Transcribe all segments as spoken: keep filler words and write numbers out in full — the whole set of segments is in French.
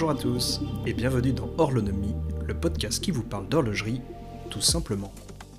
Bonjour à tous et bienvenue dans Horlonomie, le podcast qui vous parle d'horlogerie, tout simplement.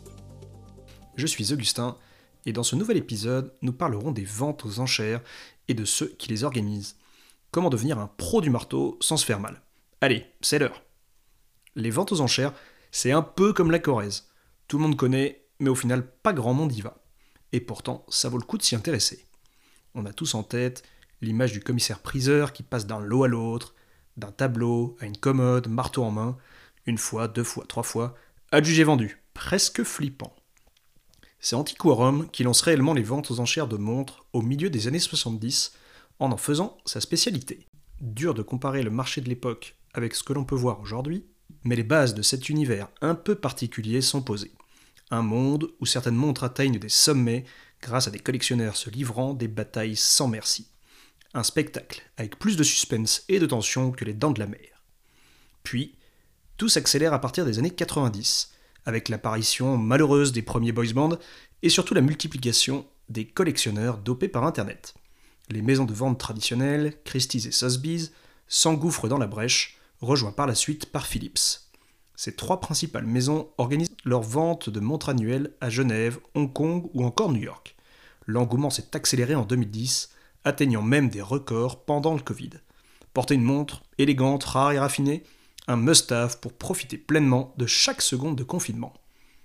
Je suis Augustin et dans ce nouvel épisode, nous parlerons des ventes aux enchères et de ceux qui les organisent. Comment devenir un pro du marteau sans se faire mal. Allez, c'est l'heure. Les ventes aux enchères, c'est un peu comme la Corrèze. Tout le monde connaît, mais au final, pas grand monde y va. Et pourtant, ça vaut le coup de s'y intéresser. On a tous en tête l'image du commissaire-priseur qui passe d'un lot à l'autre, d'un tableau à une commode, marteau en main, une fois, deux fois, trois fois, adjugé vendu, presque flippant. C'est Antiquorum qui lance réellement les ventes aux enchères de montres au milieu des années soixante-dix, en en faisant sa spécialité. Dur de comparer le marché de l'époque avec ce que l'on peut voir aujourd'hui, mais les bases de cet univers un peu particulier sont posées. Un monde où certaines montres atteignent des sommets grâce à des collectionneurs se livrant des batailles sans merci. Un spectacle avec plus de suspense et de tension que les dents de la mer. Puis, tout s'accélère à partir des années quatre-vingt-dix, avec l'apparition malheureuse des premiers boys bands et surtout la multiplication des collectionneurs dopés par Internet. Les maisons de vente traditionnelles, Christie's et Sotheby's, s'engouffrent dans la brèche, rejoints par la suite par Philips. Ces trois principales maisons organisent leurs ventes de montres annuelles à Genève, Hong Kong ou encore New York. L'engouement s'est accéléré en deux mille dix, atteignant même des records pendant le Covid. Porter une montre, élégante, rare et raffinée, un must-have pour profiter pleinement de chaque seconde de confinement.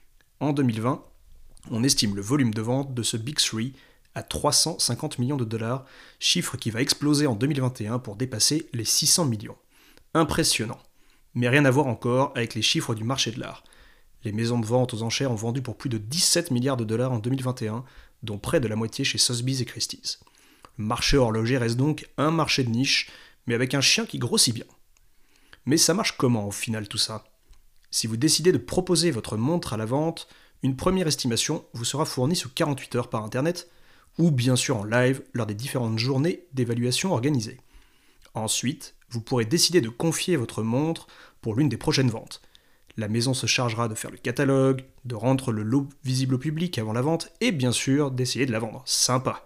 En deux mille vingt, on estime le volume de vente de ce Big Three à trois cent cinquante millions de dollars, chiffre qui va exploser en deux mille vingt et un pour dépasser les six cents millions. Impressionnant. Mais rien à voir encore avec les chiffres du marché de l'art. Les maisons de vente aux enchères ont vendu pour plus de dix-sept milliards de dollars en deux mille vingt et un, dont près de la moitié chez Sotheby's et Christie's. Le marché horloger reste donc un marché de niche, mais avec un chien qui grossit bien. Mais ça marche comment au final tout ça ? Si vous décidez de proposer votre montre à la vente, une première estimation vous sera fournie sous quarante-huit heures par internet, ou bien sûr en live lors des différentes journées d'évaluation organisées. Ensuite, vous pourrez décider de confier votre montre pour l'une des prochaines ventes. La maison se chargera de faire le catalogue, de rendre le lot visible au public avant la vente, et bien sûr d'essayer de la vendre. Sympa.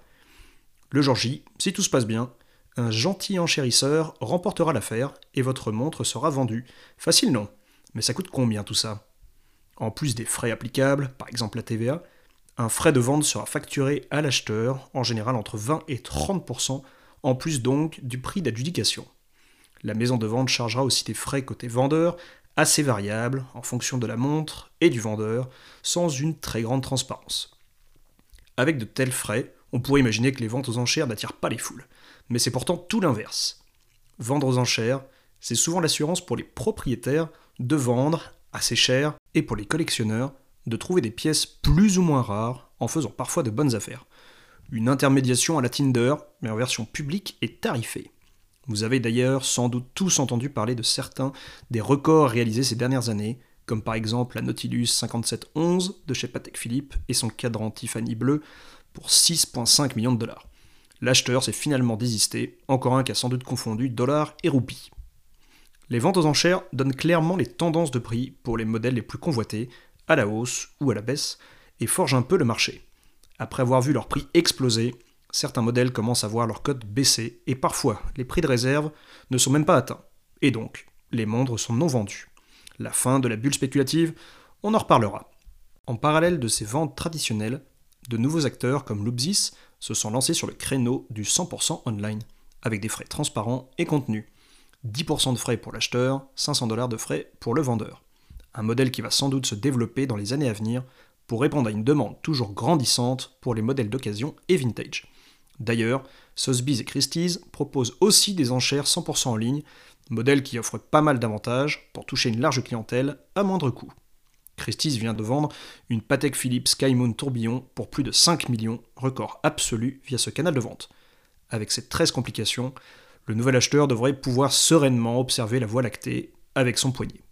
Le jour J, si tout se passe bien, un gentil enchérisseur remportera l'affaire et votre montre sera vendue. Facile non, mais ça coûte combien tout ça ? En plus des frais applicables, par exemple la T V A, un frais de vente sera facturé à l'acheteur, en général entre vingt et trente pour cent, en plus donc du prix d'adjudication. La maison de vente chargera aussi des frais côté vendeur, assez variables en fonction de la montre et du vendeur, sans une très grande transparence. Avec de tels frais, on pourrait imaginer que les ventes aux enchères n'attirent pas les foules. Mais c'est pourtant tout l'inverse. Vendre aux enchères, c'est souvent l'assurance pour les propriétaires de vendre assez cher et pour les collectionneurs de trouver des pièces plus ou moins rares en faisant parfois de bonnes affaires. Une intermédiation à la Tinder, mais en version publique et tarifée. Vous avez d'ailleurs sans doute tous entendu parler de certains des records réalisés ces dernières années, comme par exemple la Nautilus cinquante-sept onze de chez Patek Philippe et son cadran Tiffany bleu pour six virgule cinq millions de dollars. L'acheteur s'est finalement désisté, encore un qui a sans doute confondu dollars et roupies. Les ventes aux enchères donnent clairement les tendances de prix pour les modèles les plus convoités, à la hausse ou à la baisse, et forgent un peu le marché. Après avoir vu leur prix exploser, certains modèles commencent à voir leur cote baisser, et parfois les prix de réserve ne sont même pas atteints. Et donc, les montres sont non vendues. La fin de la bulle spéculative, on en reparlera. En parallèle de ces ventes traditionnelles, de nouveaux acteurs comme Loopsys se sont lancés sur le créneau du cent pour cent online, avec des frais transparents et contenus. dix pour cent de frais pour l'acheteur, cinq cents dollars de frais pour le vendeur. Un modèle qui va sans doute se développer dans les années à venir pour répondre à une demande toujours grandissante pour les modèles d'occasion et vintage. D'ailleurs, Sotheby's et Christie's proposent aussi des enchères cent pour cent en ligne, modèles qui offrent pas mal d'avantages pour toucher une large clientèle à moindre coût. Christie's vient de vendre une Patek Philippe Skymoon Tourbillon pour plus de cinq millions, record absolu via ce canal de vente. Avec ces treize complications, le nouvel acheteur devrait pouvoir sereinement observer la Voie lactée avec son poignet.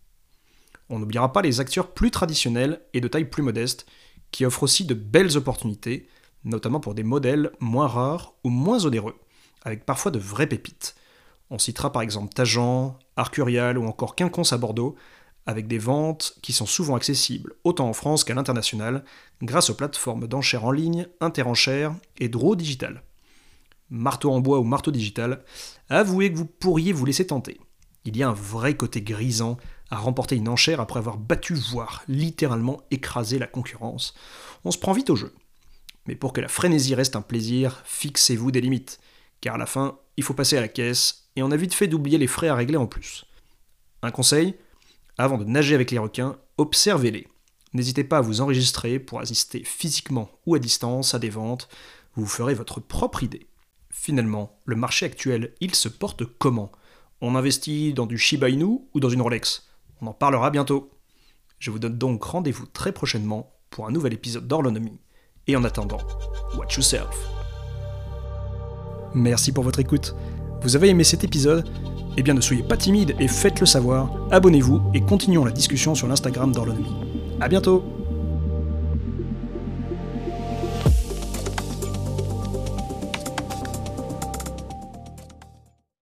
On n'oubliera pas les acteurs plus traditionnels et de taille plus modeste, qui offrent aussi de belles opportunités, notamment pour des modèles moins rares ou moins onéreux, avec parfois de vraies pépites. On citera par exemple Tajan, Arcurial ou encore Quinconce à Bordeaux, avec des ventes qui sont souvent accessibles autant en France qu'à l'international, grâce aux plateformes d'enchères en ligne, Interenchères et Draw Digital. Marteau en bois ou marteau digital, avouez que vous pourriez vous laisser tenter. Il y a un vrai côté grisant à remporter une enchère après avoir battu, voire littéralement écrasé la concurrence. On se prend vite au jeu. Mais pour que la frénésie reste un plaisir, fixez-vous des limites. Car à la fin, il faut passer à la caisse, et on a vite fait d'oublier les frais à régler en plus. Un conseil, avant de nager avec les requins, observez-les. N'hésitez pas à vous enregistrer pour assister physiquement ou à distance à des ventes, vous vous ferez votre propre idée. Finalement, le marché actuel, il se porte comment ? On investit dans du Shiba Inu ou dans une Rolex ? On en parlera bientôt. Je vous donne donc rendez-vous très prochainement pour un nouvel épisode d'Horlonomie. Et en attendant, watch yourself. Merci pour votre écoute. Vous avez aimé cet épisode ? Eh bien ne soyez pas timide et faites-le savoir. Abonnez-vous et continuons la discussion sur l'Instagram d'Horlonomie. A bientôt.